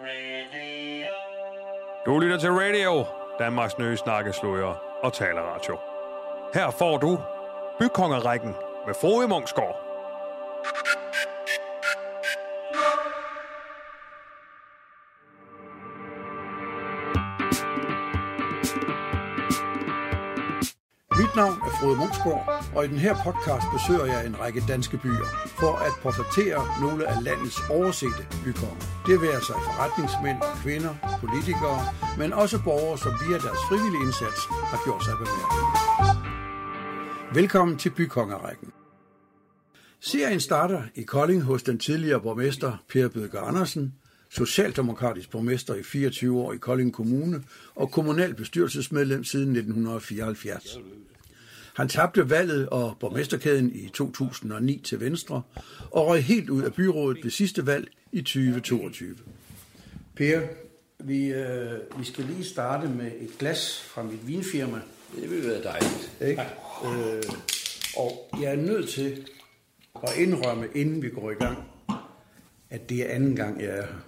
Du lytter til Radio, Danmarks nye snakkesløjer og taleradio. Her får du Bykongerækken med Frode Munksgaard. Mit navn er Frode Munksgaard, og i den her podcast besøger jeg en række danske byer for at portrættere nogle af landets oversete bykonger. Det vil sig forretningsmænd, kvinder, politikere, men også borgere, som via deres frivillige indsats har gjort sig bemærket. Velkommen til Bykongerækken. Serien starter i Kolding hos den tidligere borgmester Per Bødker Andersen, socialdemokratisk borgmester i 24 år i Kolding Kommune og kommunalbestyrelsesmedlem siden 1974. Han tabte valget og borgmesterkæden i 2009 til Venstre og røg helt ud af byrådet ved sidste valg i 2022. Per, vi skal lige starte med et glas fra mit vinfirma. Det vil være dejligt. Ikke? Og jeg er nødt til at indrømme, inden vi går i gang, at det er anden gang, jeg er her.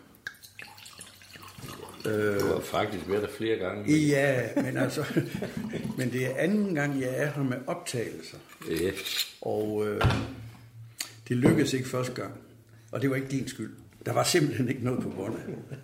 Du har faktisk været der flere gange. Ja, men det er anden gang, jeg er her med optagelser. Ja. Og det lykkedes ikke første gang. Og det var ikke din skyld. Der var simpelthen ikke noget på båndet.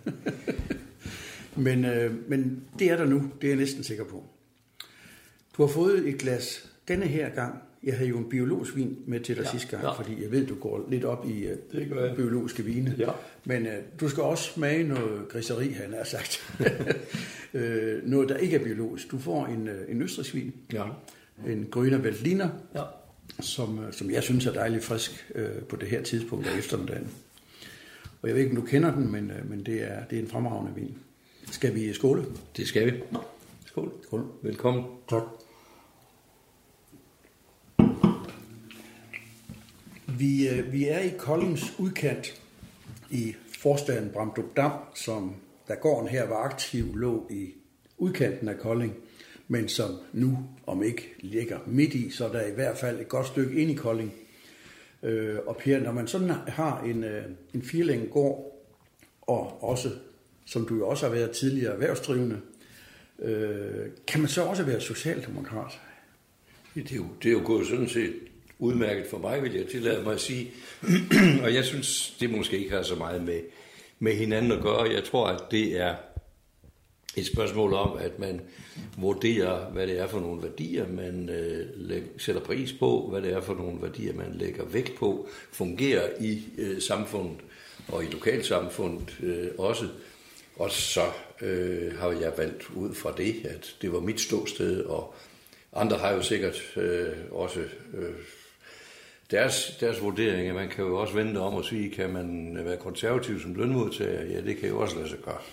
Men det er der nu, det er jeg næsten sikker på. Du har fået et glas denne her gang. Jeg havde jo en biologisk vin med til dig sidste gang, fordi jeg ved, du går lidt op i biologiske vine. Ja. Men du skal også smage noget griseri, han har sagt. Noget, der ikke er biologisk. Du får en østrigsk vin. Ja. En Grüner Veltliner, som jeg synes er dejligt frisk på det her tidspunkt af eftermiddagen. Og jeg ved ikke, om du kender den, men det er en fremragende vin. Skal vi skåle? Det skal vi. Skål. Skål. Velkommen. Tak. Vi er i Koldings udkant i forstaden Bramdrup Dam, som da gården her var aktiv, lå i udkanten af Kolding, men som nu, om ikke ligger midt i, så er der i hvert fald et godt stykke ind i Kolding. Og Per, når man sådan har en firlænge gård, og også, som du jo også har været tidligere erhvervsdrivende, kan man så også være socialdemokrat? Det er jo gået sådan set udmærket for mig, vil jeg tillade mig at sige. Og jeg synes, det måske ikke har så meget med hinanden at gøre. Jeg tror, at det er et spørgsmål om, at man vurderer, hvad det er for nogle værdier, man sætter pris på, hvad det er for nogle værdier, man lægger vægt på, fungerer i samfundet og i lokalsamfundet også. Og så har jeg valgt ud fra det, at det var mit ståsted, og andre har jo sikkert også deres vurderinger. Man kan jo også vende om og sige, kan man være konservativ som lønmodtager? Ja, det kan jo også lade sig gøre.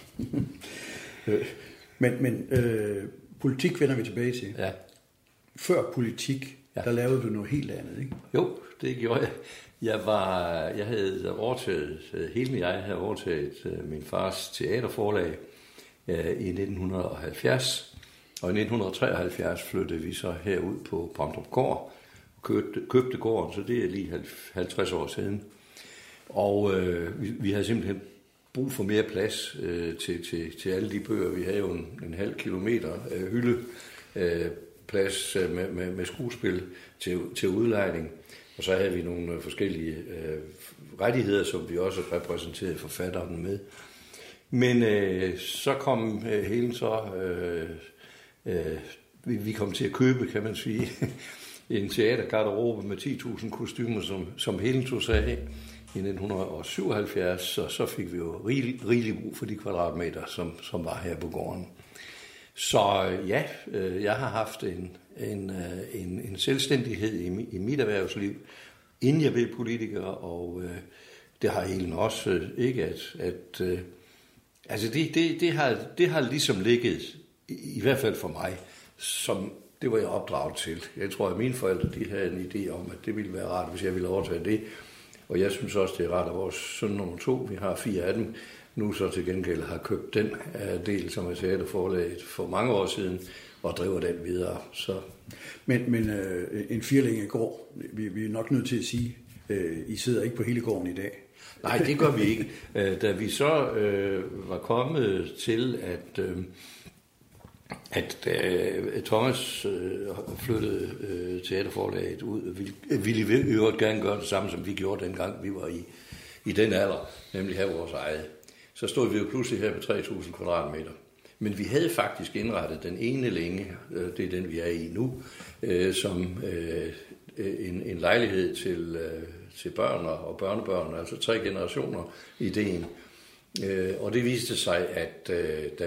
Men politik vender vi tilbage til. Ja. Før politik, der lavede du noget helt andet, ikke? Jo, det gjorde jeg. Jeg havde overtaget min fars teaterforlag i 1970. Og i 1973 flyttede vi så herud på Bramdrup Gård og købte gården, så det er lige 50 år siden. Og vi havde simpelthen brug for mere plads til alle de bøger. Vi havde jo en halv kilometer hyldeplads med skuespil til udlejning. Og så havde vi nogle forskellige rettigheder, som vi også repræsenterede forfatteren med. Men så kom hele så... Vi kom til at købe, kan man sige, en teatergarderobe med 10.000 kostymer, som Helen tog sig af i 1977, og så fik vi jo rigeligt brug for de kvadratmeter, som var her på gården. Så ja, jeg har haft en selvstændighed i mit erhvervsliv, inden jeg blev politiker, og det har Helen også ikke, altså det har ligesom ligget, i hvert fald for mig, som det var jeg opdraget til. Jeg tror, at mine forældre de havde en idé om, at det ville være rart, hvis jeg ville overtage det. Og jeg synes også, det er rart, at vores søn nummer 2, vi har 4 af dem, nu så til gengæld har købt den del, som er teaterforlaget for mange år siden, og driver den videre. Så. Men en firlænge gård, vi er nok nødt til at sige, I sidder ikke på hele gården i dag. Nej, det gør vi ikke. Da vi så var kommet til, at Thomas flyttede teaterforlaget ud, ville vi jo gerne gøre det samme, som vi gjorde dengang vi var i den alder, nemlig have vores eget. Så stod vi jo pludselig her med 3.000 kvadratmeter. Men vi havde faktisk indrettet den ene længe, det er den vi er i nu, som en lejlighed til børn og børnebørn, altså 3 generationer ideen. Og det viste sig, at da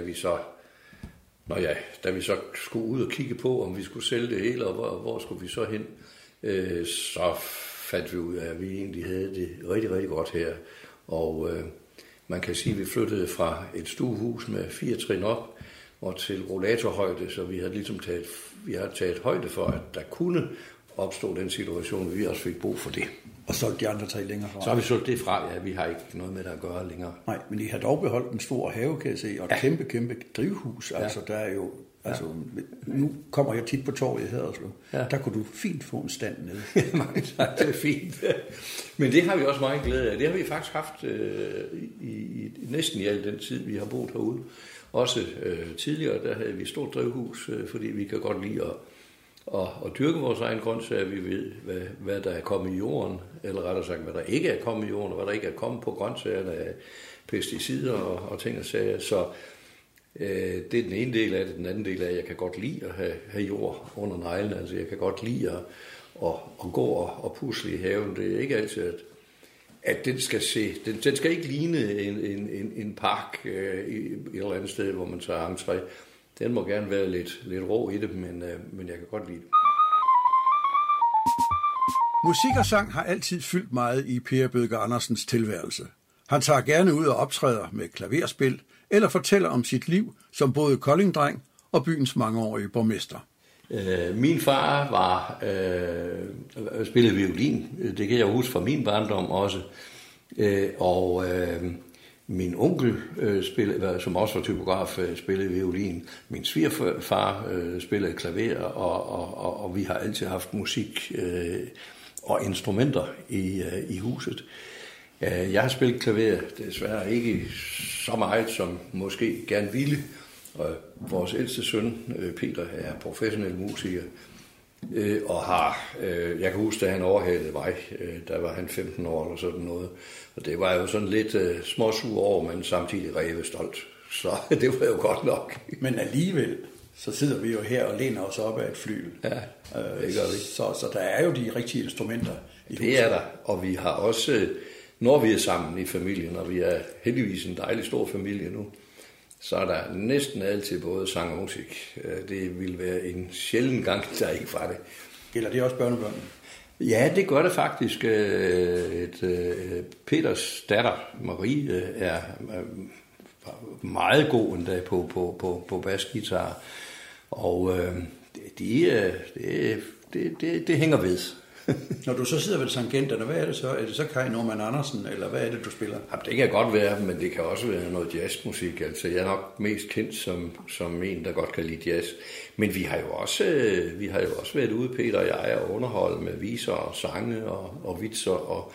vi så skulle ud og kigge på, om vi skulle sælge det hele, og hvor skulle vi så hen, så fandt vi ud af, at vi egentlig havde det rigtig, rigtig godt her. Og man kan sige, at vi flyttede fra et stuehus med 4 trin op og til rollatorhøjde, så vi havde ligesom taget højde for, at der kunne opstå den situation, at vi også fik brug for det. Og solgt de andre 3 længere fra. Så har vi solgt det fra, ja, vi har ikke noget med det at gøre længere. Nej, men I har dog beholdt en stor have, kan jeg se, og et kæmpe drivhus. Ja. Altså, der er jo, altså, nu kommer jeg tit på torvet i Haderslev. Ja. Der kunne du fint få en stand nede. Nej, det er fint. Men det har vi også meget glæde af. Det har vi faktisk haft næsten i al den tid, vi har boet herude. Også tidligere, der havde vi et stort drivhus, fordi vi kan godt lide at dyrke vores egen grøntsager. Vi ved, hvad der er kommet i jorden, eller rettere sagt, hvad der ikke er kommet i jorden, og hvad der ikke er kommet på grøntsagerne af pesticider og ting og sager. Så det er den ene del af det. Den anden del af, at jeg kan godt lide at have jord under neglene. Altså, jeg kan godt lide at gå og pusle i haven. Det er ikke altid, at den skal se. Den skal ikke ligne en park et eller andet sted, hvor man tager entré. Den må gerne være lidt rå i det, men jeg kan godt lide det. Musik og sang har altid fyldt meget i Per Bødker Andersens tilværelse. Han tager gerne ud og optræder med klaverspil, eller fortæller om sit liv som både koldingdreng og byens mangeårige borgmester. Min far spillede violin. Det kan jeg huske fra min barndom også. Min onkel, som også var typograf, spillede violin. Min svigerfar spillede klaver, og vi har altid haft musik og instrumenter i huset. Jeg har spillet klaver, desværre ikke så meget, som måske gerne ville. Vores ældste søn, Peter, er professionel musiker, og jeg kan huske, da han overhalede mig, der var han 15 år eller sådan noget. Og det var jo sådan lidt småsur over, men samtidig rævestolt. Så det var jo godt nok. Men alligevel, så sidder vi jo her og læner os op af et flyl. Ja, det gør vi. Så der er jo de rigtige instrumenter i huset. Det er der, og vi har også, når vi er sammen i familien, og vi er heldigvis en dejlig stor familie nu, så er der næsten altid både sang og musik. Det vil være en sjælden gang, der ikke fra det. Gælder det også børnebørnene? Ja, det gør det faktisk. Peters datter, Marie, er meget god endda på basgitar. Og det hænger ved. Når du så sidder ved tangenterne, hvad er det så? Er det så Kai Norman Andersen, eller hvad er det, du spiller? Jamen, det kan godt være, men det kan også være noget jazzmusik. Altså, jeg er nok mest kendt som en, der godt kan lide jazz. Men vi har jo også været ude, Peter og jeg, og underholde med viser og sange og vitser. Og,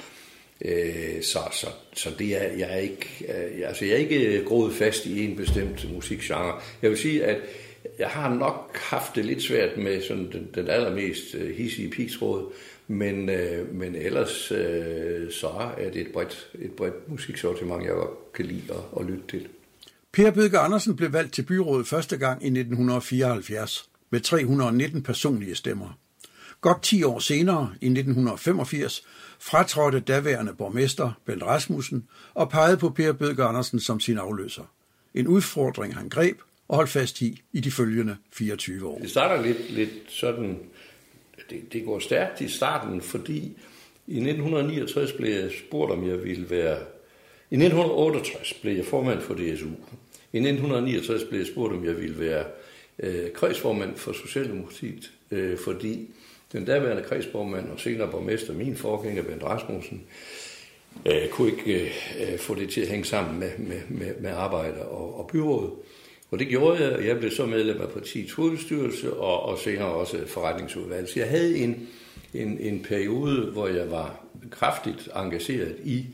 så det er jeg ikke. Jeg er ikke groet fast i en bestemt musikgenre. Jeg vil sige, at jeg har nok haft det lidt svært med sådan den allermest hidsige pigsråd, men ellers så er det et bredt musiksortiment, jeg godt kan lide at lytte til. Per Bødker Andersen blev valgt til byrådet første gang i 1974 med 319 personlige stemmer. Godt 10 år senere, i 1985, fratrådte daværende borgmester Bent Rasmussen og pegede på Per Bødker Andersen som sin afløser. En udfordring han greb og holdt fast i de følgende 24 år. Det starter lidt sådan, det går stærkt i starten, fordi i 1969 blev jeg spurgt, om jeg ville være. I 1968 blev jeg formand for DSU. I 1969 blev jeg spurgt, om jeg ville være kredsformand for Socialdemokratiet, fordi den daværende kredsformand og senere borgmester, min forgænger Bent Rasmussen, kunne ikke få det til at hænge sammen med arbejde og byrådet. Og det gjorde jeg, og jeg blev så medlem af partiets hovedbestyrelse og senere også forretningsudvalg. Så jeg havde en periode, hvor jeg var kraftigt engageret i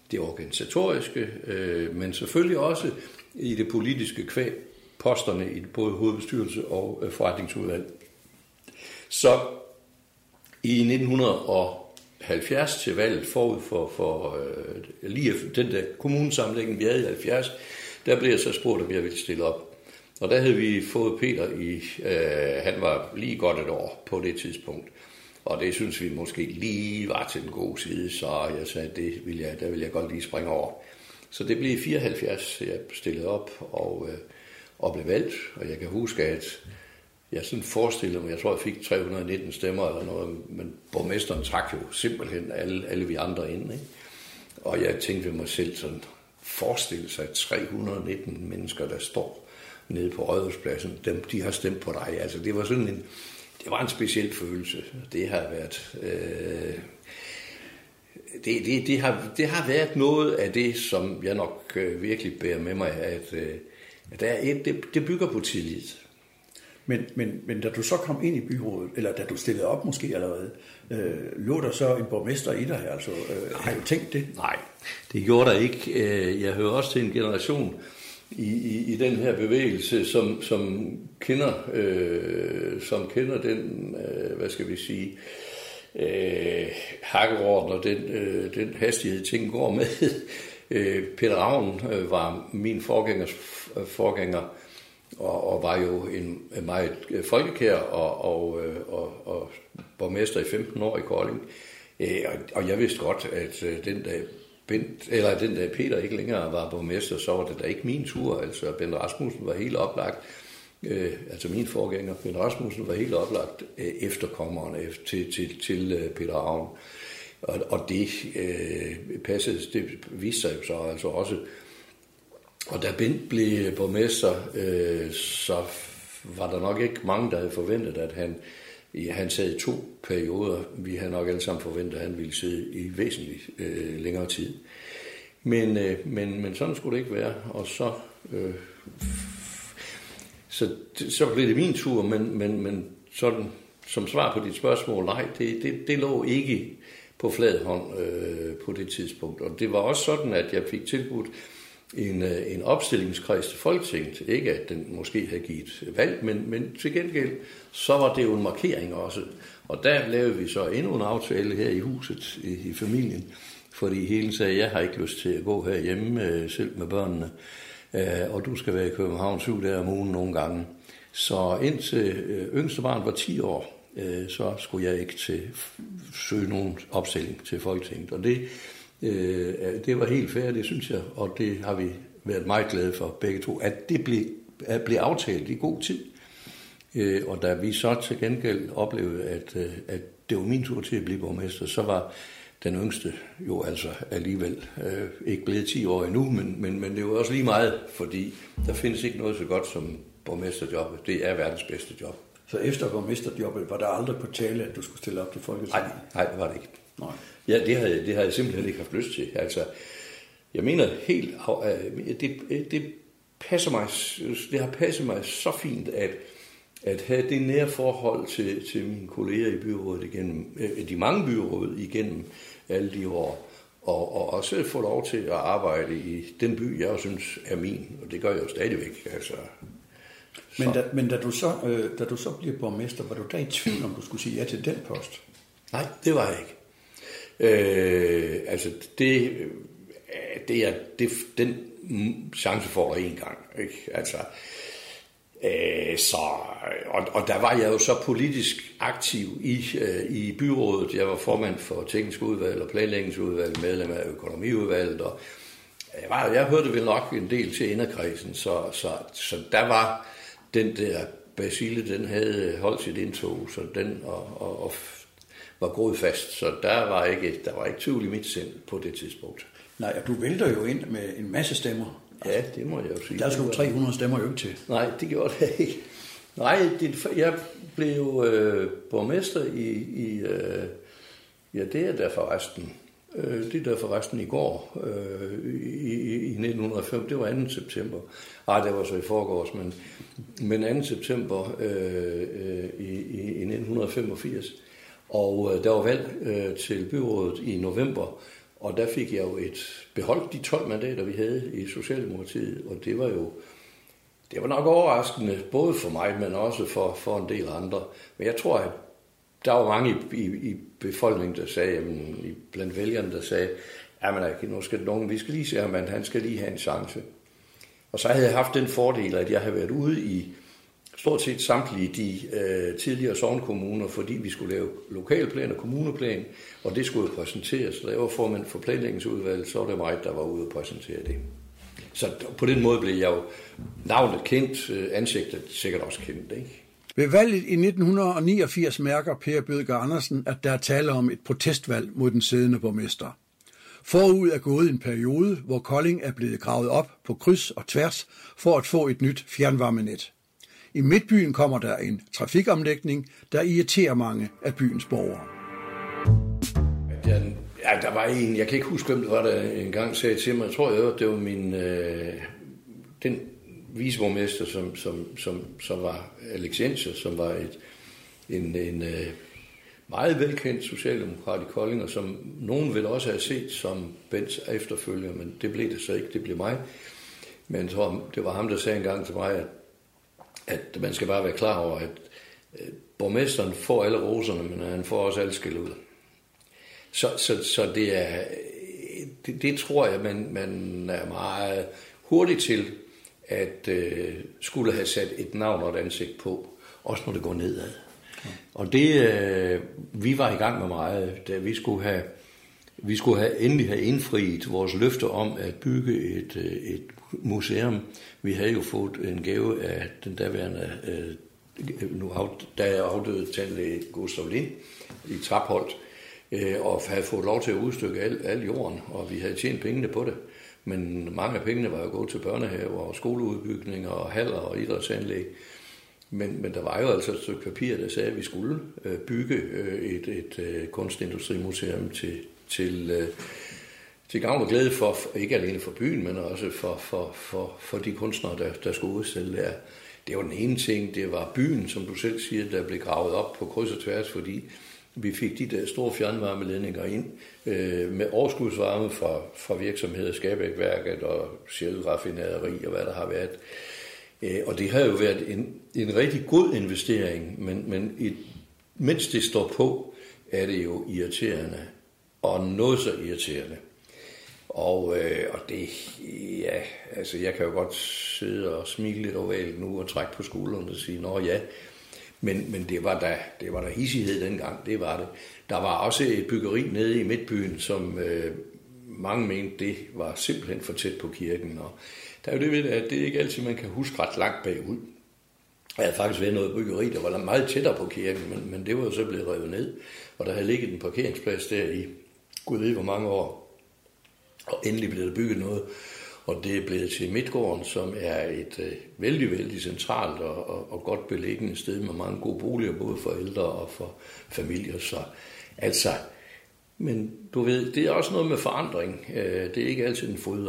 det organisatoriske, men selvfølgelig også i det politiske kvæg, posterne i både hovedbestyrelse og forretningsudvalg. Så i 1970 til valget forud for lige efter den der kommunesammenlægning, vi havde i 70, der blev jeg så spurgt, om jeg ville stille op. Og der havde vi fået Peter han var lige godt et år på det tidspunkt. Og det synes vi måske lige var til den gode side, så jeg sagde, der vil jeg godt lige springe over. Så det blev i 74, jeg stillede op og blev valgt. Og jeg kan huske, at jeg sådan forestillede mig, jeg tror, jeg fik 319 stemmer eller noget, men borgmesteren trak jo simpelthen alle vi andre ind. Ikke? Og jeg tænkte ved mig selv sådan, forestille sig 319 mennesker, der står nede på Rådhuspladsen, de har stemt på dig. Altså det var sådan det var en speciel følelse. Det har været det har været noget af det, som jeg nok virkelig bærer med mig, at det bygger på tillid. Men da du så kom ind i byrådet, eller da du stillede op måske allerede, lå der så en borgmester i dig? Altså, har du tænkt det? Nej, det gjorde der ikke. Jeg hører også til en generation i den her bevægelse, som kender den, hvad skal vi sige, hakkeorden og den hastighed, ting går med. Peter Ravn var min forgænger, og var jo en meget folkekær og borgmester i 15 år i Kolding. Og jeg vidste godt, at den dag Peter ikke længere var borgmester, så var det da ikke min tur. Altså Bent Rasmussen var helt oplagt, altså min forgænger, Bent Rasmussen var helt oplagt efterkommerne til Peter Ravn. Og det passede, det viste sig jo så altså også. Og da Bent blev borgmester, så var der nok ikke mange, der havde forventet, at han sad i 2 perioder. Vi havde nok alle sammen forventet, at han ville sidde i væsentligt længere tid. Men sådan skulle det ikke være. Og så blev det min tur, men sådan, som svar på dit spørgsmål, nej, det lå ikke på flad hånd på det tidspunkt. Og det var også sådan, at jeg fik tilbudt en opstillingskreds til Folketinget. Ikke at den måske havde givet valg, men til gengæld, så var det jo en markering også. Og der lavede vi så endnu en aftale her i huset, i familien, fordi Helen sagde, jeg har ikke lyst til at gå herhjemme selv med børnene, og du skal være i København 7 dage om ugen nogle gange. Så indtil yngste barn var 10 år, så skulle jeg ikke søge nogen opstilling til Folketinget. Og det var helt fair, det synes jeg, og det har vi været meget glade for begge to, at det blev aftalt i god tid. Og da vi så til gengæld oplevede, at det var min tur til at blive borgmester, så var den yngste jo altså alligevel ikke blevet 10 år endnu, men det var også lige meget, fordi der findes ikke noget så godt som borgmesterjobbet. Det er verdens bedste job. Så efter borgmesterjobbet var der aldrig på tale, at du skulle stille op til Folketinget? Nej, det var det ikke. Nej. Ja, det havde jeg simpelthen ikke haft lyst til. Altså, jeg mener helt, det har passet mig så fint, at have det nære forhold til mine kolleger i byrådet igennem, de mange byråd igennem alle de år, og også få lov til at arbejde i den by, jeg synes er min, og det gør jeg jo stadigvæk. Altså. Men da du så bliver borgmester, var du da i tvivl, om du skulle sige ja til den post? Nej, det var jeg ikke. Altså den chance får der en gang, ikke? Altså, og der var jeg jo så politisk aktiv i byrådet. Jeg var formand for teknisk udvalg og planlægningsudvalg, medlem af økonomiudvalget, og jeg hørte vel nok en del til inderkredsen, så der var den der Basile, den havde holdt sit indtog, så den og var groet fast, så der var ikke tvivl i mit sind på det tidspunkt. Nej, og du vælter jo ind med en masse stemmer. Ja, det må jeg jo sige. Der slog 300 stemmer jo ikke til. Nej, det gjorde det ikke. Nej, jeg blev jo borgmester i det er der forresten. Det er der forresten i går, i 1905, det var 2. september. Det var så i forgårs, men 2. september i 1985. Og der var valg til byrådet i november, Og der fik jeg jo beholdt de 12 mandater, vi havde i Socialdemokratiet, og det var nok overraskende, både for mig, men også for en del andre. Men jeg tror, at der var mange i befolkningen, der sagde, blandt vælgerne, der sagde, nu skal nogen, vi skal lige se ham, han skal lige have en chance. Og så havde jeg haft den fordel, at jeg havde været ude i stort set samtlige de tidligere sognekommuner, fordi vi skulle lave lokalplan og kommuneplan, og det skulle jo præsenteres. Så da jeg var formand for planlægningsudvalget, så var det mig, der var ude og præsentere det. Så på den måde blev jeg jo navnet kendt, ansigtet sikkert også kendt, ikke? Ved valget i 1989 mærker Per Bødker Andersen, at der er tale om et protestvalg mod den siddende borgmester. Forud er gået en periode, hvor Kolding er blevet gravet op på kryds og tværs for at få et nyt fjernvarmenet. I Midtbyen kommer der en trafikomlægning, der irriterer mange af byens borgere. Ja, der var en, jeg kan ikke huske, hvem det var, der engang sagde til mig, jeg tror, det var den viceborgmester, som var Alexander, som var en meget velkendt socialdemokrat i Kolding, og som nogen vil også have set som Bents efterfølger, men det blev det så ikke, det blev mig. Men jeg tror, det var ham, der sagde engang til mig, at man skal bare være klar over, at borgmesteren får alle roserne, men han får også alle skæld ud. Så det tror jeg, man er meget hurtig til, at skulle have sat et navn og et ansigt på, også når det går nedad. Og det, vi var i gang med meget, da vi skulle endelig have indfriet vores løfte om at bygge et museum. Vi havde jo fået en gave af den daværende, der er afdøde tandlæge Gustav Lind i Trapholt, og havde fået lov til at udstykke al jorden, og vi havde tjent pengene på det. Men mange af pengene var jo gået til børnehaver og skoleudbygninger og haller og idrætsanlæg. Men der var jo altså et stykke papir, der sagde, at vi skulle bygge et kunstindustrimuseum til gavn og glæde for, ikke alene for byen, men også for de kunstnere, der skulle udstille der. Det var den ene ting, det var byen, som du selv siger, der blev gravet op på kryds og tværs, fordi vi fik de der store fjernvarmeledninger ind med overskudsvarme fra virksomheder, Skabækværket og Shell Raffinaderi og hvad der har været. Og det har jo været en rigtig god investering, men mens det står på, er det jo irriterende, og noget så irriterende. Og det, ja, altså jeg kan jo godt sidde og smile lidt ovalt nu og trække på skulderen og sige, nå ja, men det var der hissighed dengang, det var det. Der var også et byggeri nede i Midtbyen, som mange mente, det var simpelthen for tæt på kirken, og der er jo det ved, at det ikke altid, man kan huske ret langt bagud. Der havde faktisk været noget byggeri, der var meget tættere på kirken, men det var jo så blevet revet ned. Og der havde ligget en parkeringsplads der i gud ved hvor mange år. Og endelig blev der bygget noget, og det er blevet til Midtgården, som er et vældig, vældig centralt og godt beliggende sted med mange gode boliger, både for ældre og for familier. Så altså, men du ved, det er også noget med forandring. Det er ikke altid en fryder.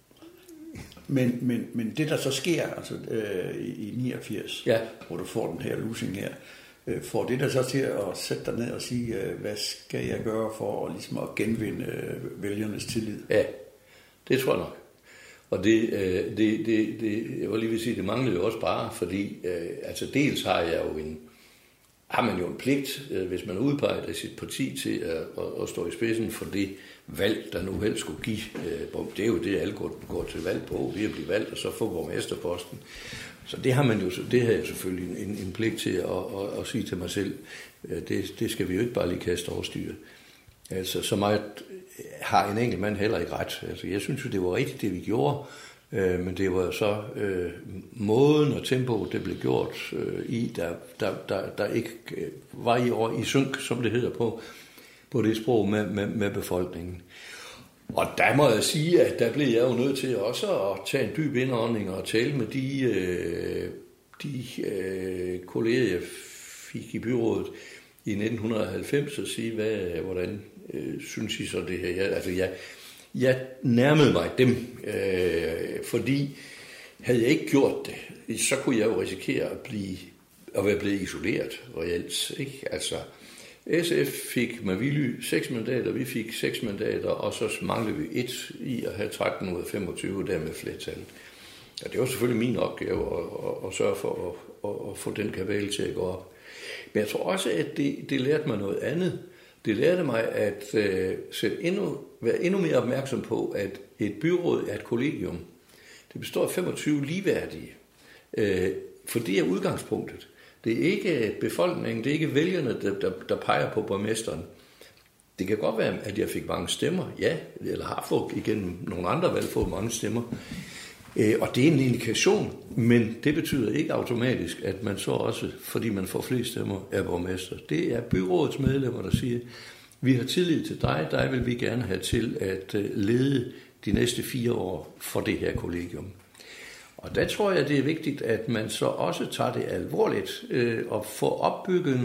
Men det, der så sker altså, i 89, ja, hvor du får den her losing her, får det der så til at sætte dig ned og sige, hvad skal jeg gøre for ligesom at genvinde vælgernes tillid? Ja, det tror jeg nok. Og det jeg var lige ved at sige, det manglede jo også bare, fordi altså dels har man jo en pligt, hvis man udpeger af sit parti til at stå i spidsen for det valg, der nu helst skulle give. Det er jo det, alle går til valg på, ved at blive valgt, og så få borgmesterposten. Så det har man jo, det har jeg selvfølgelig en pligt til at sige til mig selv, det skal vi jo ikke bare lige kaste over styre. Altså, så meget har en enkelt mand heller ikke ret. Altså, jeg synes jo, det var rigtigt, det vi gjorde, men det var så måden og tempoet, det blev gjort der ikke var i synk, som det hedder på det sprog med befolkningen. Og der må jeg sige, at der blev jeg jo nødt til også at tage en dyb indånding og tale med de kolleger, jeg fik i byrådet i 1990 og sige, hvordan synes I så det her? Jeg nærmede mig dem, fordi havde jeg ikke gjort det, så kunne jeg jo risikere at være blevet isoleret reelt, ikke? Altså, SF fik med Villy 6 mandater, vi fik 6 mandater, og så manglede vi 1 i at have 13 ud af 25, der med flertallet. Og det var selvfølgelig min opgave at sørge for at få den kabale til at gå op. Men jeg tror også, at det lærte mig noget andet. Det lærte mig at være endnu mere opmærksom på, at et byråd er et kollegium. Det består af 25 ligeværdige. For det er udgangspunktet. Det er ikke befolkningen, det er ikke vælgerne, der peger på borgmesteren. Det kan godt være, at jeg fik mange stemmer, ja, eller har fået igennem nogle andre valg fået mange stemmer. Og det er en indikation, men det betyder ikke automatisk, at man så også, fordi man får flest stemmer, er borgmester. Det er byrådets medlemmer, der siger, vi har tillid til dig vil vi gerne have til at lede de næste 4 år for det her kollegium. Og der tror jeg, det er vigtigt, at man så også tager det alvorligt og får opbygget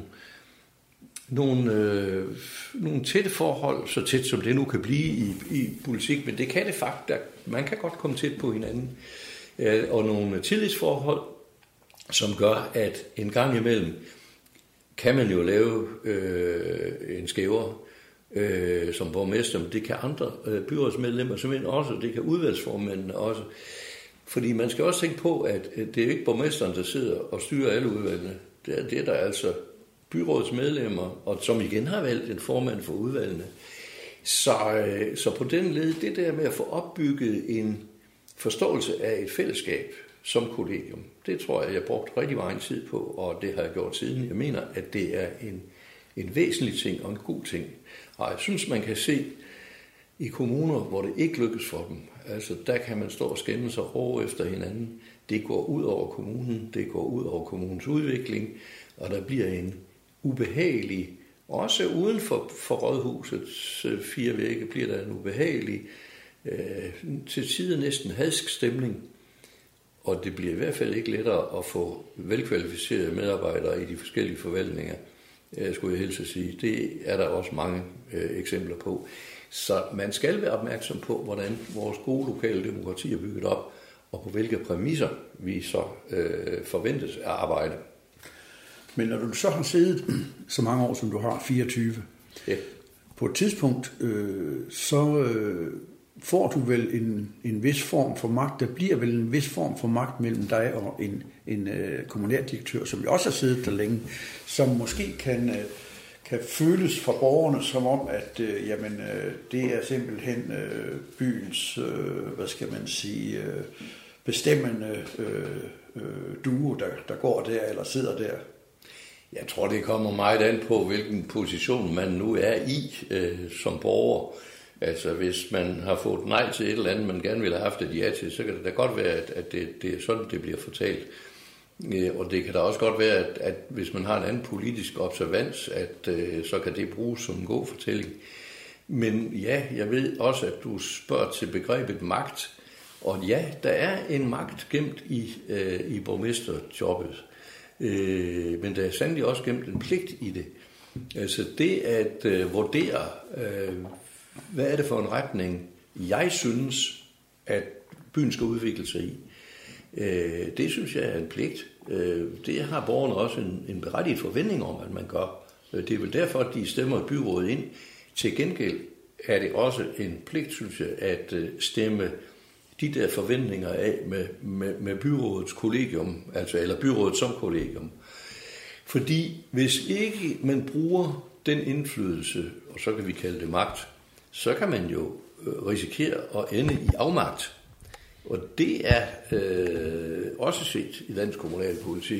nogle tætte forhold, så tæt som det nu kan blive i politik, men det kan det faktisk. Man kan godt komme tæt på hinanden. Og nogle tillidsforhold, som gør, at en gang imellem kan man jo lave en skæver som borgmester, men det kan andre byrådsmedlemmer, som også, det kan udvalgsformændene også. Fordi man skal også tænke på, at det er ikke borgmesteren, der sidder og styrer alle udvalgene. Det er der altså byrådets medlemmer, og som igen har valgt en formand for udvalgene. Så på den led, det der med at få opbygget en forståelse af et fællesskab som kollegium, det tror jeg brugt rigtig meget tid på, og det har jeg gjort siden. Jeg mener, at det er en væsentlig ting og en god ting. Og jeg synes, man kan se i kommuner, hvor det ikke lykkes for dem, altså der kan man stå og skænde sig år efter hinanden. Det går ud over kommunen, det går ud over kommunens udvikling, og der bliver en ubehagelig, også uden for rådhusets 4 vægge, bliver der en ubehagelig, til tider næsten hadsk stemning. Og det bliver i hvert fald ikke lettere at få velkvalificerede medarbejdere i de forskellige forvaltninger, skulle jeg helst sige. Det er der også mange eksempler på. Så man skal være opmærksom på, hvordan vores gode lokale demokrati er bygget op, og på hvilke præmisser vi så forventes at arbejde. Men når du så har siddet så mange år, som du har, 24, ja. På et tidspunkt, så får du vel en vis form for magt. Der bliver vel en vis form for magt mellem dig og en kommunaldirektør, som jo også har siddet der længe, som måske kan føles for borgerne som om, at det er simpelthen byens, bestemmende duo, der går der eller sidder der. Jeg tror, det kommer meget an på, hvilken position man nu er i som borger. Altså, hvis man har fået nej til et eller andet, man gerne ville have haft et ja til, så kan det da godt være, at det er sådan, det bliver fortalt. Og det kan da også godt være, at hvis man har en anden politisk observans, at så kan det bruges som en god fortælling. Men ja, jeg ved også, at du spørger til begrebet magt. Og ja, der er en magt gemt i borgmesterjobbet. Men der er sandelig også gemt en pligt i det. Altså det at vurdere, hvad er det for en retning, jeg synes, at byen skal udvikle sig i. Det synes jeg er en pligt. Det har borgerne også en berettiget forventning om, at man gør. Det er vel derfor, at de stemmer byrådet ind. Til gengæld er det også en pligt, synes jeg, at stemme de der forventninger af med byrådets kollegium, altså eller byrådet som kollegium. Fordi hvis ikke man bruger den indflydelse, og så kan vi kalde det magt, så kan man jo risikere at ende i afmagt. Og det er også set i dansk kommunalpolitik,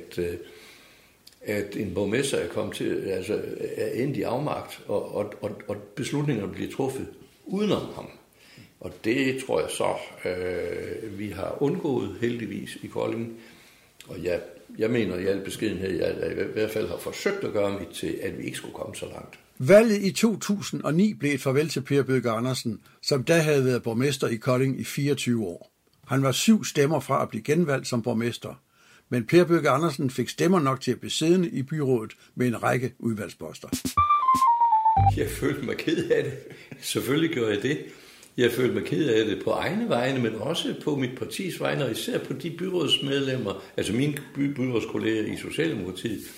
at en borgmester er kommet til, altså er endt i afmagt, og beslutningerne bliver truffet udenom ham. Og det tror jeg så, vi har undgået heldigvis i Kolding. Og jeg mener i al beskedenhed, at jeg i hvert fald har forsøgt at gøre mit til, at vi ikke skulle komme så langt. Valget i 2009 blev et farvel til Per Bødker Andersen, som da havde været borgmester i Kolding i 24 år. Han var 7 stemmer fra at blive genvalgt som borgmester. Men Per Bødker Andersen fik stemmer nok til at blive siddende i byrådet med en række udvalgsposter. Jeg følte mig ked af det. Selvfølgelig gjorde jeg det. Jeg følte mig ked af det på egne vegne, men også på mit partis vegne, og især på de byrådsmedlemmer, altså mine byrådskolleger i Socialdemokratiet,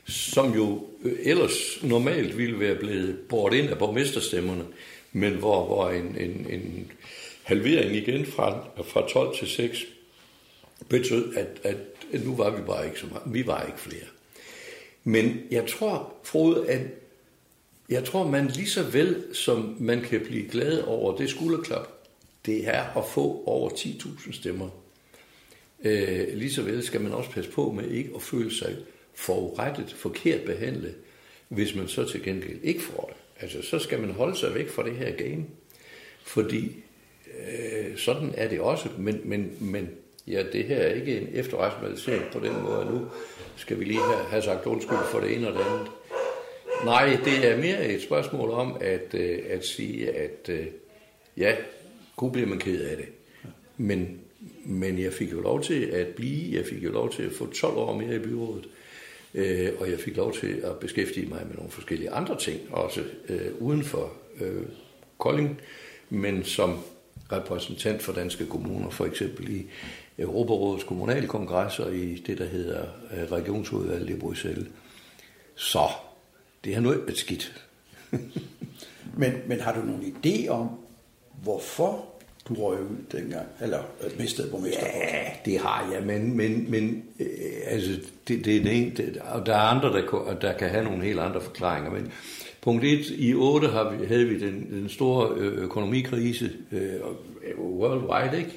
som jo ellers normalt ville være blevet båret ind af borgmesterstemmerne, men hvor en halvering igen fra 12 til 6 betød, at nu var vi bare ikke så meget. Vi var ikke flere. Men jeg tror, Frode, at man lige så vel, som man kan blive glad over det skulderklap, det er at få over 10.000 stemmer. Lige så vel skal man også passe på med ikke at føle sig forurettet, forkert behandlet, hvis man så til gengæld ikke får det. Altså, så skal man holde sig væk fra det her game. Fordi sådan er det også, men ja, det her er ikke en efterrationalisering på den måde. Nu skal vi lige have sagt undskyld for det ene og det andet. Nej, det er mere et spørgsmål om at sige, at ja, Gud bliver man ked af det. Men jeg fik jo lov til at blive, jeg fik jo lov til at få 12 år mere i byrådet, og jeg fik lov til at beskæftige mig med nogle forskellige andre ting, også uden for Kolding, men som repræsentant for danske kommuner, for eksempel i Europarådets kommunale kongresser i det, der hedder regionsudvalget i Bruxelles. Så det er noget skidt. men har du nogen idé om, hvorfor du røg ud dengang, eller mistede borgmester? Ja, det har jeg, men altså, og der er andre, der kan have nogle helt andre forklaringer, men punkt 1, i 8 havde vi den store økonomikrise worldwide, ikke?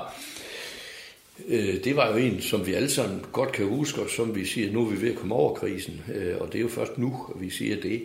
Det var jo en, som vi alle sammen godt kan huske, og som vi siger, nu er vi ved at komme over krisen, og det er jo først nu, at vi siger det.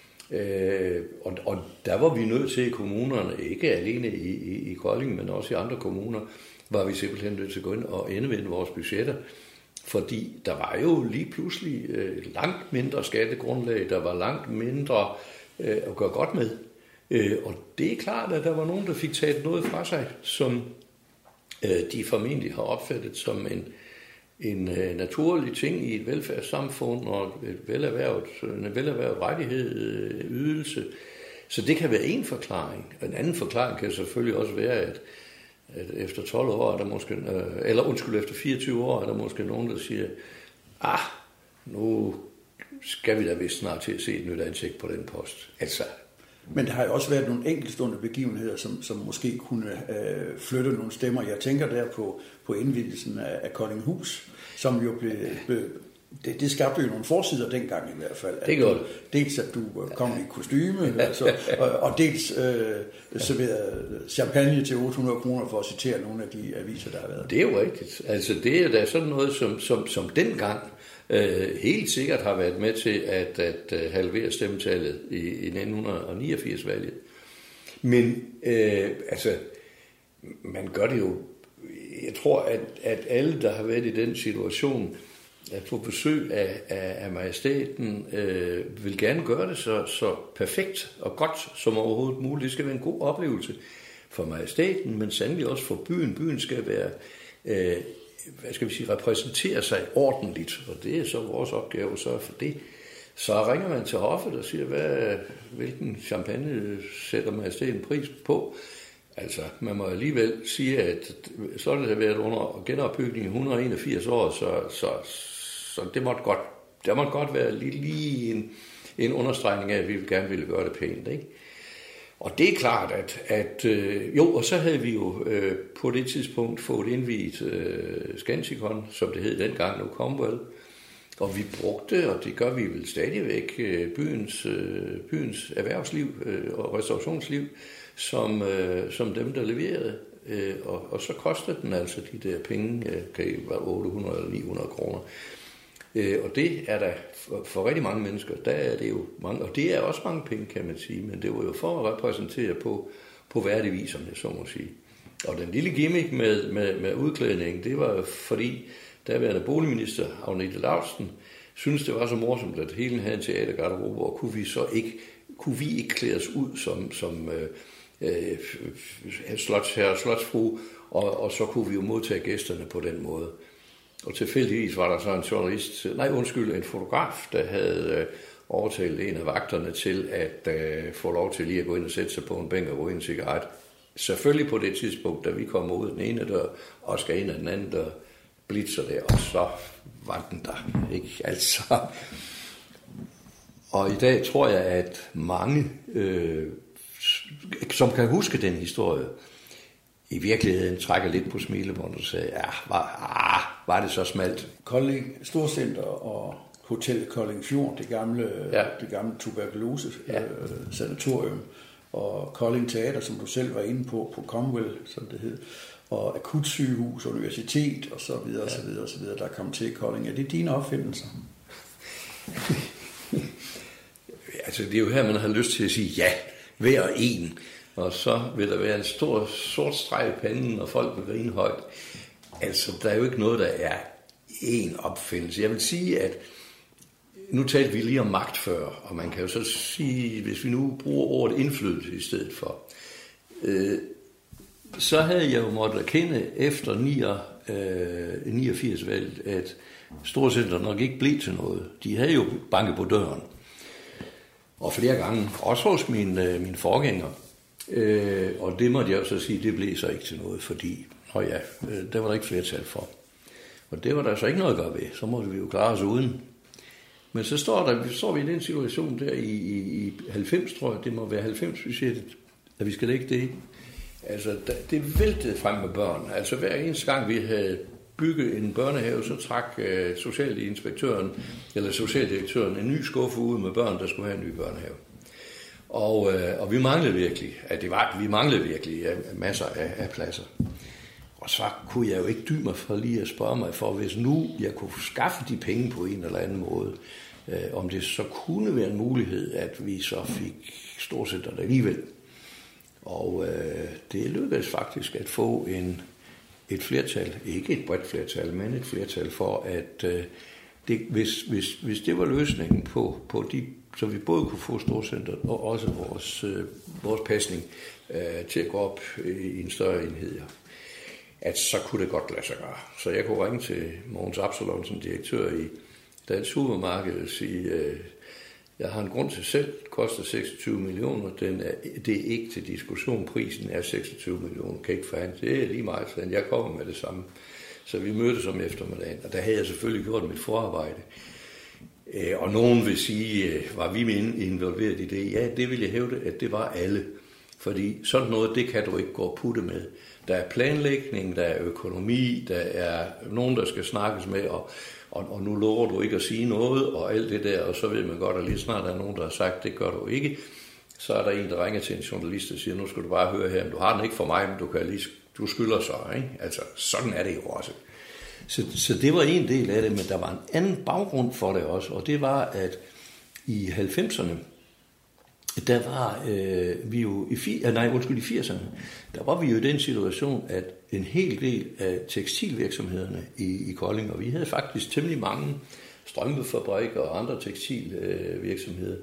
Og der var vi nødt til i kommunerne, ikke alene i Kolding, men også i andre kommuner, var vi simpelthen nødt til at gå ind og endevende vores budgetter, fordi der var jo lige pludselig langt mindre skattegrundlag, der var langt mindre at gøre godt med. Og det er klart, at der var nogen, der fik taget noget fra sig, som de formentlig har opfattet som en naturlig ting i et velfærdssamfund og en velerhvervet rettighed, ydelse. Så det kan være en forklaring. En anden forklaring kan selvfølgelig også være, at efter 12 år er der måske, efter 24 år er der måske nogen, der siger, nu skal vi da vist snart til at se et nyt ansigt på den post. Altså. Men der har jo også været nogle enkeltstående begivenheder, som måske kunne flytte nogle stemmer. Jeg tænker der på indvielsen af Koldinghus, som jo blev det skabte jo nogle forsider dengang i hvert fald. Det gjorde det. Dels at du kom i kostyme, altså, og dels serverede champagne til 800 kroner, for at citere nogle af de aviser, der har været. Det er jo rigtigt. Altså det er da sådan noget, som dengang helt sikkert har været med til at halvere stemmetallet i 1989-valget. Men altså, man gør det jo. Jeg tror, at alle, der har været i den situation, at få besøg af majestæten, vil gerne gøre det så perfekt og godt som overhovedet muligt. Det skal være en god oplevelse for majestæten, men sandelig også for byen. Byen skal være, repræsentere sig ordentligt, og det er så vores opgave at sørge for det. Så ringer man til hoffet og siger, hvilken champagne sætter majestæten pris på. Altså, man må alligevel sige, at så har det været under genopbygning i 181 år, så det måtte godt være lige en understregning af, at vi gerne ville gøre det pænt, ikke? Og det er klart, og så havde vi jo på det tidspunkt fået indviet Scanticon, som det hed dengang, nu Comwell, og vi brugte, og det gør vi vel stadigvæk, byens erhvervsliv og restaurationsliv, som dem, der leverede. Og så kostede den altså de der penge, kan være 800 eller 900 kroner. Og det er der for rigtig mange mennesker, der er det jo mange, og det er også mange penge, kan man sige, men det var jo for at repræsentere på værdig vis, om jeg så må sige. Og den lille gimmick med udklædning, det var fordi daværende boligminister Agnete Laustsen synes det var så morsomt, at hele havde en teatergarderobe, og kunne vi ikke klæde os ud som slotsherre og slotsfru, og så kunne vi jo modtage gæsterne på den måde. Og tilfældigvis var der så en fotograf, der havde overtalt en af vagterne til at få lov til lige at gå ind og sætte sig på en bænk og ryge en cigaret. Selvfølgelig på det tidspunkt, da vi kom ud den ene dør, og skal ind ad den anden dør, blitzer der, og så var den der, ikke? Altså. Og i dag tror jeg, at mange, som kan huske den historie, i virkeligheden trækker lidt på smilebåndet og sagde, ja, var det så smalt. Kolding Storcenter og Hotel Kolding Fjord, det gamle tuberkulose-sanatorium, og Kolding Teater, som du selv var inde på Comwell, som det hed, og akutsygehus, universitet, og så videre, så videre, der kom til Kolding. Er det dine opfindelser? Altså, det er jo her, man har lyst til at sige ja, hver en. Og så vil der være en stor sort streg i panden, og folk vil grine højt. Altså, der er jo ikke noget, der er én opfindelse. Jeg vil sige, at nu talte vi lige om magt før, og man kan jo så sige, hvis vi nu bruger ordet indflydelse i stedet for, så havde jeg jo måttet erkende efter 89-valget, at Storcenter nok ikke blev til noget. De havde jo banket på døren. Og flere gange, også hos min forgænger. Og det måtte jeg jo så sige, det blev så ikke til noget, fordi, der var der ikke flertal for. Og det var der så ikke noget at gøre ved, så måtte vi jo klare os uden. Men så står vi i den situation der i 90, tror jeg, det må være 90-budgettet, at vi skal lægge det. Altså, det væltede frem med børn. Altså, hver eneste gang vi havde bygget en børnehave, så trak socialdirektøren en ny skuffe ud med børn, der skulle have en ny børnehave. Og vi manglede virkelig, masser af pladser. Og så kunne jeg jo ikke dybe mig for lige at spørge mig for, hvis nu jeg kunne skaffe de penge på en eller anden måde, om det så kunne være en mulighed, at vi så fik Storcenteret alligevel. Og det lykkedes faktisk at få et flertal, ikke et bredt flertal, men et flertal for, at hvis det var løsningen på de, så vi både kunne få Storcenteret og også vores pasning til at gå op i en større enhed, at så kunne det godt lade sig gøre. Så jeg kunne ringe til Mogens Absalon, som direktør i Dansk Supermarked, og sige, jeg har en grund til selv, det koster 26 millioner, det er ikke til diskussion, prisen er 26 millioner, kan ikke forhandle, det er lige meget, så jeg kommer med det samme. Så vi mødtes om eftermiddagen, og der havde jeg selvfølgelig gjort mit forarbejde. Og nogen vil sige, var vi involveret i det? Ja, det vil jeg hævde, at det var alle. Fordi sådan noget, det kan du ikke gå og putte med. Der er planlægning, der er økonomi, der er nogen, der skal snakkes med, og nu lover du ikke at sige noget, og alt det der, og så ved man godt, at lige snart der er nogen, der har sagt, det gør du ikke. Så er der en, der ringer til en journalist og siger, nu skal du bare høre her, men du har den ikke for mig, men du skylder så, ikke? Altså, sådan er det jo også. Så det var en del af det, men der var en anden baggrund for det også, og det var, at i 90'erne, der var vi jo i 80'erne, der var vi jo i den situation, at en hel del af tekstilvirksomhederne i Kolding, og vi havde faktisk temmelig mange strømpefabrikker og andre tekstilvirksomheder,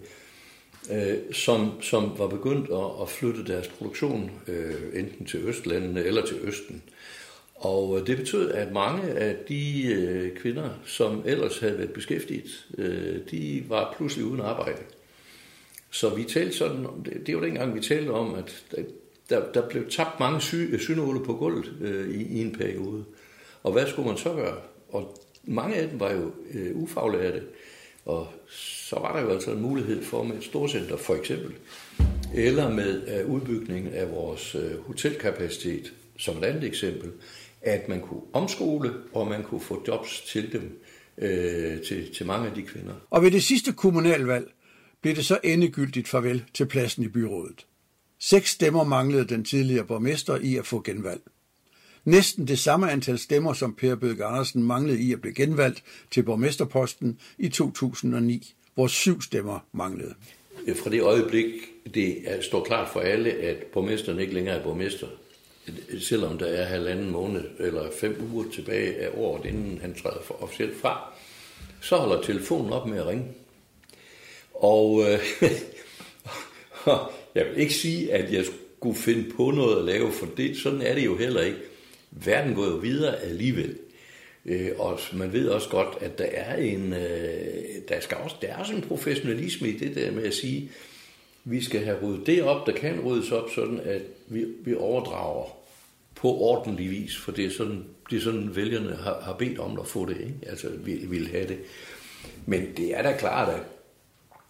som var begyndt at flytte deres produktion enten til Østlandene eller til Østen. Og det betød, at mange af de kvinder, som ellers havde været beskæftiget, de var pludselig uden arbejde. Så vi talte sådan, det var dengang, vi talte om, at der blev tabt mange synåle på gulvet i en periode. Og hvad skulle man så gøre? Og mange af dem var jo ufaglærte, og så var der jo altså en mulighed for med et storcenter for eksempel, eller med udbygningen af vores hotelkapacitet som et andet eksempel, at man kunne omskole, og man kunne få jobs til dem, til mange af de kvinder. Og ved det sidste kommunalvalg blev det så endegyldigt farvel til pladsen i byrådet. 6 stemmer manglede den tidligere borgmester i at få genvalg. Næsten det samme antal stemmer, som Per Bødker Andersen manglede i at blive genvalgt til borgmesterposten i 2009, hvor 7 stemmer manglede. Fra det øjeblik, det står klart for alle, at borgmesteren ikke længere er borgmester, selvom der er 1,5 måned eller 5 uger tilbage af året, inden han træder for officielt fra, så holder telefonen op med at ringe. Og jeg vil ikke sige, at jeg skulle finde på noget at lave, for det, sådan er det jo heller ikke. Verden går jo videre alligevel. Og man ved også godt, at der er der er også en professionalisme i det der med at sige, vi skal have ryddet det op, der kan ryddes op, sådan at vi overdrager på ordentlig vis, for det er sådan vælgerne har bedt om at få det, ikke? Altså vil have det. Men det er da klart,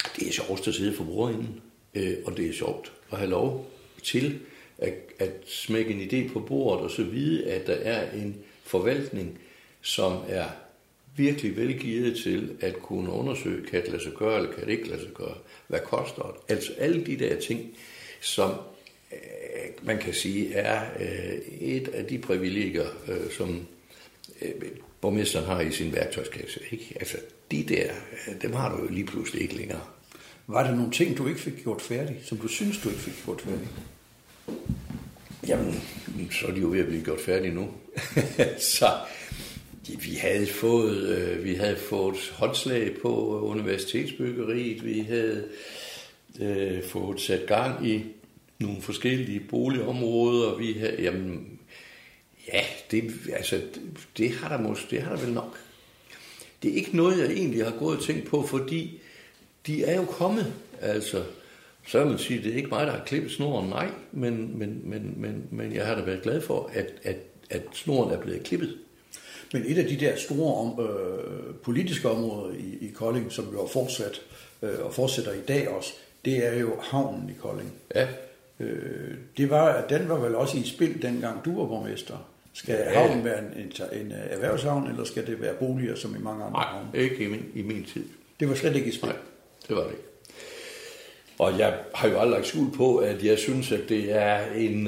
det er sjovt at sidde for bordenden, og det er sjovt at have lov til at smække en idé på bordet, og så vide, at der er en forvaltning, som er virkelig velgivet til at kunne undersøge, kan det lade sig gøre, eller kan det ikke lade sig gøre, hvad koster det? Altså alle de der ting, som man kan sige er et af de privilegier, som borgmesteren har i sin værktøjskasse. Ikke? Altså de der, dem har du jo lige pludselig ikke længere. Var der nogle ting, du ikke fik gjort færdig, som du synes, du ikke fik gjort færdig? Jamen, så er de jo ved at blive gjort færdige nu. Så vi havde fået håndslag på universitetsbyggeriet, vi havde fået sat gang i nogle forskellige boligområder, vi havde, jamen, ja, det har der vel nok. Det er ikke noget, jeg egentlig har gået og tænkt på, fordi de er jo kommet, altså. Så vil man sige, at det er ikke mig, der har klippet snoren, nej, men jeg har da været glad for, at snoren er blevet klippet. Men et af de der store politiske områder i Kolding, som jo har fortsat og fortsætter i dag også, det er jo havnen i Kolding. Ja. Den var vel også i spil, dengang du var borgmester. Skal havnen være en erhvervshavn, eller skal det være boliger, som i mange andre havne? Nej, ikke i min tid. Det var slet ikke i spil? Nej, det var det ikke. Og jeg har jo aldrig lagt skjul på, at jeg synes, at det er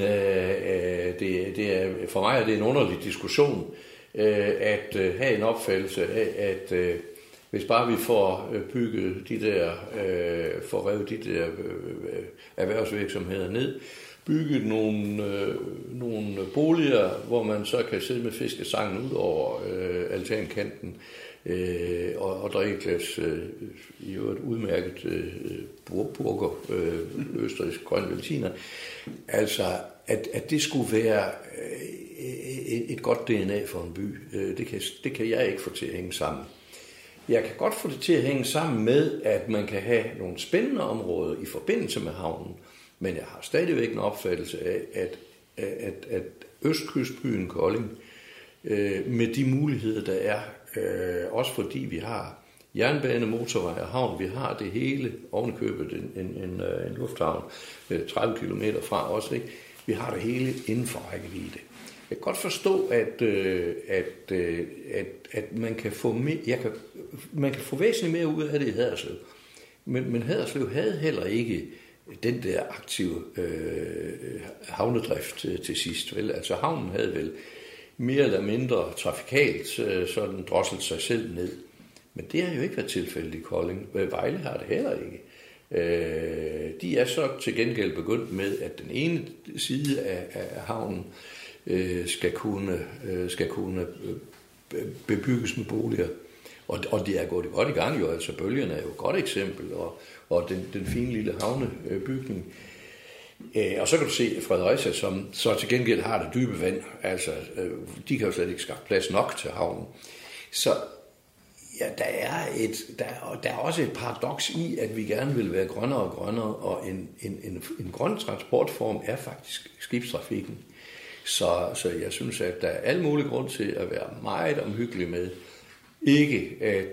for mig er det en underlig diskussion, at have en opfattelse af, at hvis bare vi får bygget får revet de der erhvervsvirksomheder ned, bygget nogle boliger, hvor man så kan sidde med fiskesangen ud over altankanten, og drikke et glas i øvrigt udmærket burger, østrigsk grøn veltiner. Altså, at det skulle være et godt DNA for en by, det kan jeg ikke få til at hænge sammen. Jeg kan godt få det til at hænge sammen med, at man kan have nogle spændende områder i forbindelse med havnen, men jeg har stadigvæk en opfattelse af, at østkystbyen Kolding, med de muligheder, der er, også fordi vi har jernbane, motorvej og havn, vi har det hele, ovenikøbet en lufthavn 30 kilometer fra os, ikke? Vi har det hele inden for rækkevidde. Jeg kan godt forstå, at man kan få man kan få væsentligt mere ud af det i Haderslev. Men Haderslev havde heller ikke den der aktive havnedrift til sidst. Vel? Altså havnen havde vel mere eller mindre trafikalt sådan drosselt sig selv ned. Men det har jo ikke været tilfældet i Kolding. Vejle har det heller ikke. De er så til gengæld begyndt med, at den ene side af havnen skal kunne bebygges med boliger. Og det er gået godt i gang jo, altså Bølgerne er jo et godt eksempel, og den fine lille havnebygning. Og så kan du se Fredericia, som så til gengæld har det dybe vand, altså de kan jo slet ikke skaffe plads nok til havnen. Så ja, der er også et paradoks i, at vi gerne vil være grønnere og grønnere, og en grøn transportform er faktisk skibstrafikken. Så jeg synes, at der er al mulig grund til at være meget omhyggelig med, ikke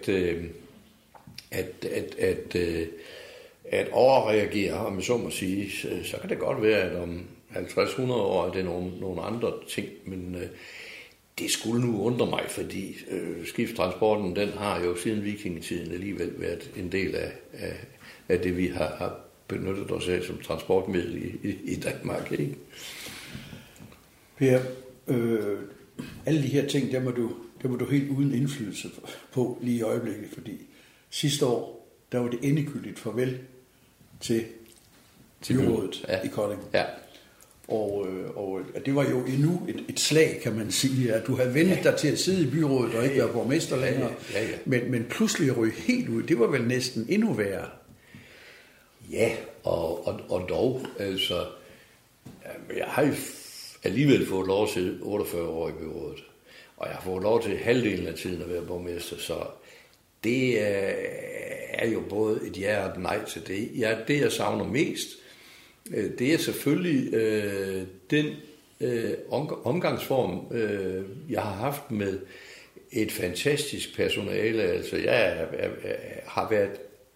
at overreagere, om jeg så må sige. Så kan det godt være, at om 50-100 år er det nogle andre ting, men det skulle nu undre mig, fordi skibstransporten, den har jo siden vikingetiden alligevel været en del af det, vi har benyttet os af som transportmiddel i Danmark, ikke? Per, alle de her ting, der må du helt uden indflydelse på lige i øjeblikket, fordi sidste år, der var det endegyldigt farvel til byrådet i Kolding. Ja. Og det var jo endnu et slag, kan man sige, at du havde vendt dig til at sidde i byrådet og ikke være borgmester længere. Ja. Men pludselig ryge helt ud, det var vel næsten endnu værre. Ja, og dog, altså, jeg har jo alligevel fået lov til 48 år i byrådet, og jeg har fået lov til halvdelen af tiden at være borgmester, så det er jo både et ja og et nej til det. Ja, det jeg savner mest, det er selvfølgelig den omgangsform, jeg har haft med et fantastisk personale. Altså, jeg har været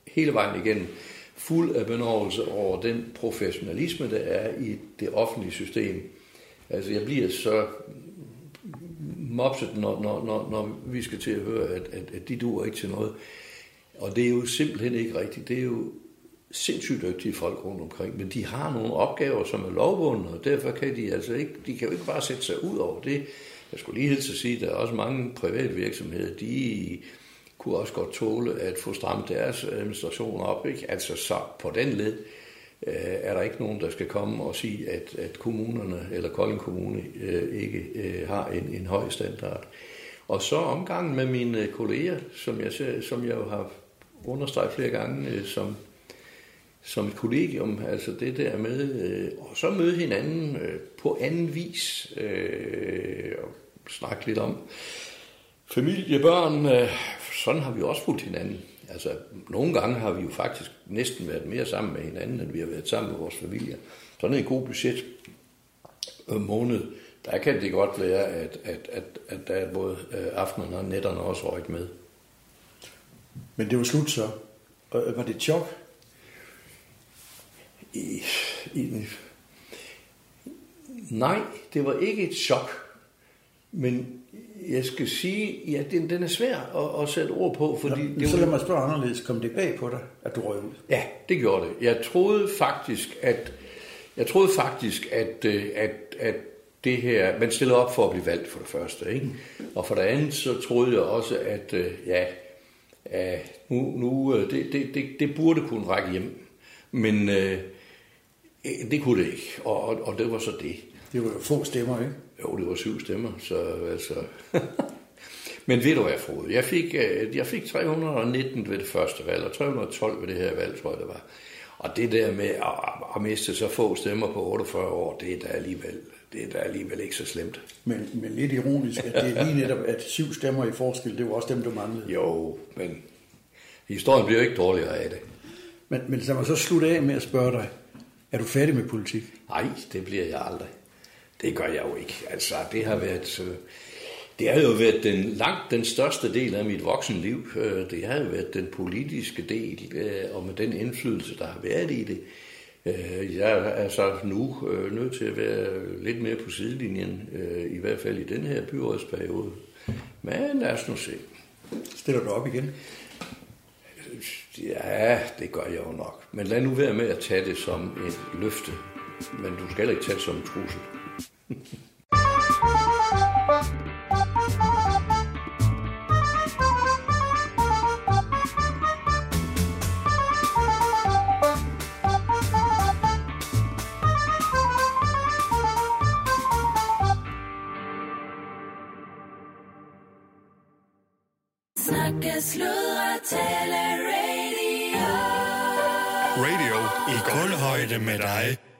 hele vejen igennem fuld af benovelse over den professionalisme, der er i det offentlige system. Altså, jeg bliver så mopset, når vi skal til at høre, at de duer ikke til noget. Og det er jo simpelthen ikke rigtigt. Det er jo sindssygt dygtige folk rundt omkring, men de har nogle opgaver, som er lovbundne, og derfor kan de altså ikke, de kan jo ikke bare sætte sig ud over det. Jeg skulle lige hilse at sige, at der er også mange private virksomheder, de kunne også godt tåle at få strammet deres administration op, ikke? Altså så på den led er der ikke nogen, der skal komme og sige, at kommunerne eller Kolding Kommune ikke har en høj standard. Og så omgangen med mine kolleger, som jeg jo har understreget flere gange som kollegium, altså det der med og så møde hinanden på anden vis og snakke lidt om familie, børn, sådan har vi også fulgt hinanden. Altså, nogle gange har vi jo faktisk næsten været mere sammen med hinanden, end vi har været sammen med vores familie. Sådan en god budget måned, der kan det godt være, at der er både aftenerne og nætterne også røget med. Men det var slut så. Var det et chok? Nej, det var ikke et chok. Men jeg skal sige, ja, den er svær at sætte ord på, fordi... Nå, så lad mig spørge anderledes. Kom det bag på dig, at du røg ud? Ja, det gjorde det. Jeg troede faktisk, at det her... Man stillede op for at blive valgt for det første, ikke? Og for det andet, så troede jeg også, at det burde kunne række hjem. Men det kunne det ikke, og det var så det. Det var jo få stemmer, ikke? Jo, det var 7 stemmer, så altså... Men ved du hvad, Frode? Jeg fik 319 ved det første valg, og 312 ved det her valg, tror jeg det var. Og det der med at miste så få stemmer på 48 år, det er da alligevel ikke så slemt. Men lidt ironisk, at det er lige netop, at 7 stemmer i forskel, det var også dem, du manglede. Jo, men historien bliver jo ikke dårligere af det. Men lad mig så slutte af med at spørge dig, er du færdig med politik? Nej, det bliver jeg aldrig. Det gør jeg jo ikke. Altså, det har jo været langt den største del af mit voksenliv. Det har jo været den politiske del, og med den indflydelse, der har været i det. Jeg er så nu nødt til at være lidt mere på sidelinjen, i hvert fald i den her byrådsperiode. Men lad os nu se. Stiller du op igen? Ja, det gør jeg jo nok. Men lad nu være med at tage det som et løfte. Men du skal ikke tage det som en trussel. Snakke, sludre, tale, radio. Radio i kulhøjde med dig.